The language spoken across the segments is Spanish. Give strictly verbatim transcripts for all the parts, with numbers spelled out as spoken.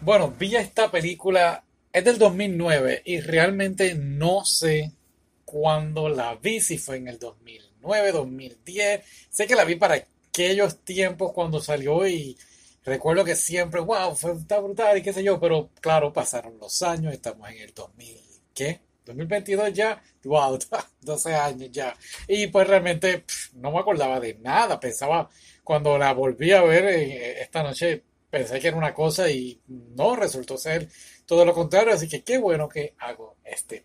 Bueno, vi esta película, es del dos mil nueve y realmente no sé cuándo la vi, si fue en el dos mil nueve, dos mil diez. Sé que la vi para aquellos tiempos cuando salió y recuerdo que siempre, wow, fue está brutal y qué sé yo, pero claro, pasaron los años, estamos en el dos mil, ¿qué? dos mil veintidós ya, wow, doce años ya. Y pues realmente pf, no me acordaba de nada, pensaba, cuando la volví a ver eh, esta noche, pensé que era una cosa y no resultó ser todo lo contrario, así que qué bueno que hago este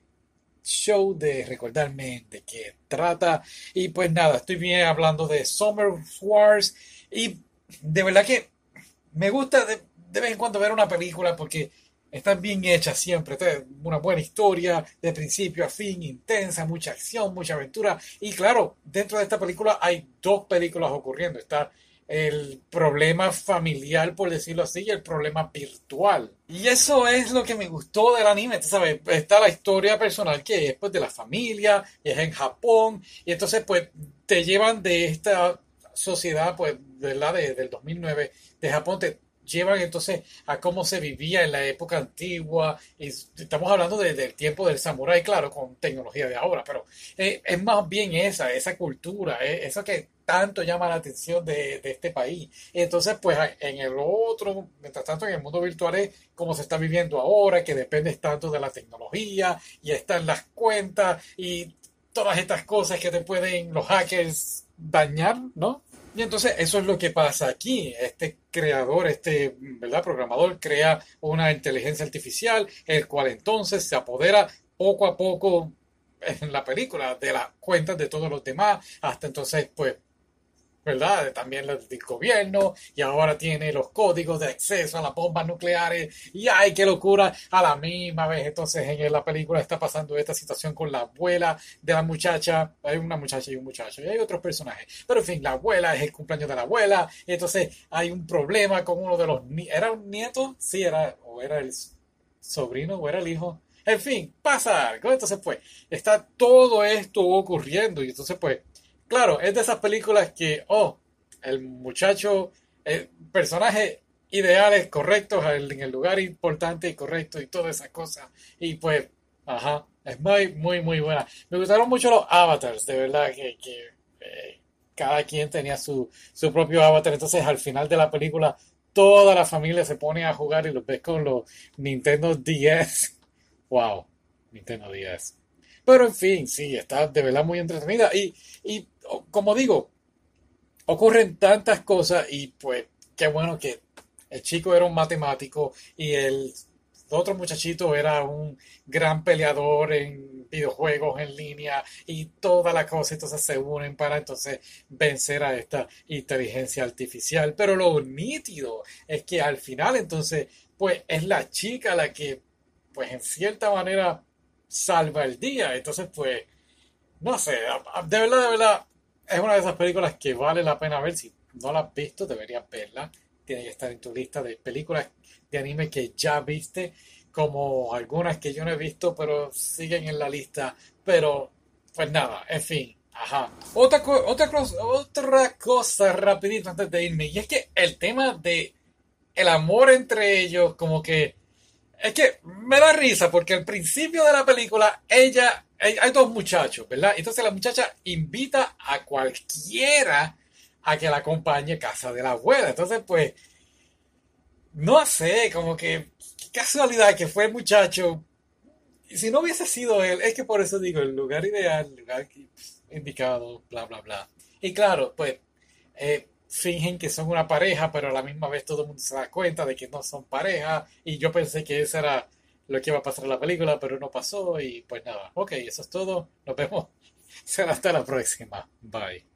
show de recordarme de qué trata. Y pues nada, estoy bien hablando de Summer Wars y de verdad que me gusta de, de vez en cuando ver una película porque están bien hechas siempre. Entonces, una buena historia de principio a fin, intensa, mucha acción, mucha aventura. Y claro, dentro de esta película hay dos películas ocurriendo. Está el problema familiar, por decirlo así, y el problema virtual. Y eso es lo que me gustó del anime. Tú sabes, está la historia personal que es pues de la familia, y es en Japón, y entonces pues te llevan de esta sociedad, pues, ¿verdad? De, del dos mil nueve de Japón, te llevan entonces a cómo se vivía en la época antigua. Y estamos hablando de, del tiempo del samurái, claro, con tecnología de ahora, pero eh, es más bien esa, esa cultura, eh, eso que tanto llama la atención de, de este país. Y entonces, pues en el otro, mientras tanto, en el mundo virtual es como se está viviendo ahora, que depende tanto de la tecnología y están las cuentas y todas estas cosas que te pueden los hackers dañar, ¿no? Y entonces eso es lo que pasa aquí. Este creador, este, ¿verdad? Programador crea una inteligencia artificial, el cual entonces se apodera poco a poco en la película de las cuentas de todos los demás, hasta entonces, pues, ¿verdad? También el del gobierno, y ahora tiene los códigos de acceso a las bombas nucleares, y ¡ay, qué locura! A la misma vez, entonces en la película está pasando esta situación con la abuela de la muchacha, hay una muchacha y un muchacho, y hay otros personajes, pero en fin, la abuela es el cumpleaños de la abuela, y entonces hay un problema con uno de los, ¿era un nieto? Sí, era, o era el sobrino, o era el hijo. En fin, pasa algo, entonces pues, está todo esto ocurriendo, y entonces pues, claro, es de esas películas que, oh, el muchacho, el personaje ideales, correctos, en el lugar importante y correcto y todas esas cosas. Y pues, ajá, es muy, muy, muy buena. Me gustaron mucho los avatars, de verdad, que, que eh, cada quien tenía su, su propio avatar. Entonces, al final de la película, toda la familia se pone a jugar y los ves con los Nintendo D S. Wow, Nintendo D S. Pero en fin, sí, está de verdad muy entretenida. Y, y como digo, ocurren tantas cosas y pues qué bueno que el chico era un matemático y el otro muchachito era un gran peleador en videojuegos en línea y toda la cosa entonces se unen para entonces vencer a esta inteligencia artificial. Pero lo nítido es que al final entonces pues es la chica la que pues en cierta manera salva el día. Entonces pues no sé, de verdad, de verdad, es una de esas películas que vale la pena ver. Si no la has visto, deberías verla. Tiene que estar en tu lista de películas de anime que ya viste, como algunas que yo no he visto, pero siguen en la lista. Pero, pues nada, en fin, ajá. Otra, co- otra, cos- otra cosa rapidito antes de irme, y es que el tema de el amor entre ellos, como que es que me da risa porque al principio de la película ella, hay, hay dos muchachos, ¿verdad? Entonces la muchacha invita a cualquiera a que la acompañe a casa de la abuela. Entonces, pues, no sé, como que qué casualidad que fue el muchacho. Y si no hubiese sido él, es que por eso digo, el lugar ideal, el lugar que, pues, indicado, bla, bla, bla. Y claro, pues, eh, fingen que son una pareja, pero a la misma vez todo el mundo se da cuenta de que no son pareja. Y yo pensé que eso era lo que iba a pasar en la película, pero no pasó. Y pues nada, ok, eso es todo. Nos vemos. Será hasta la próxima. Bye.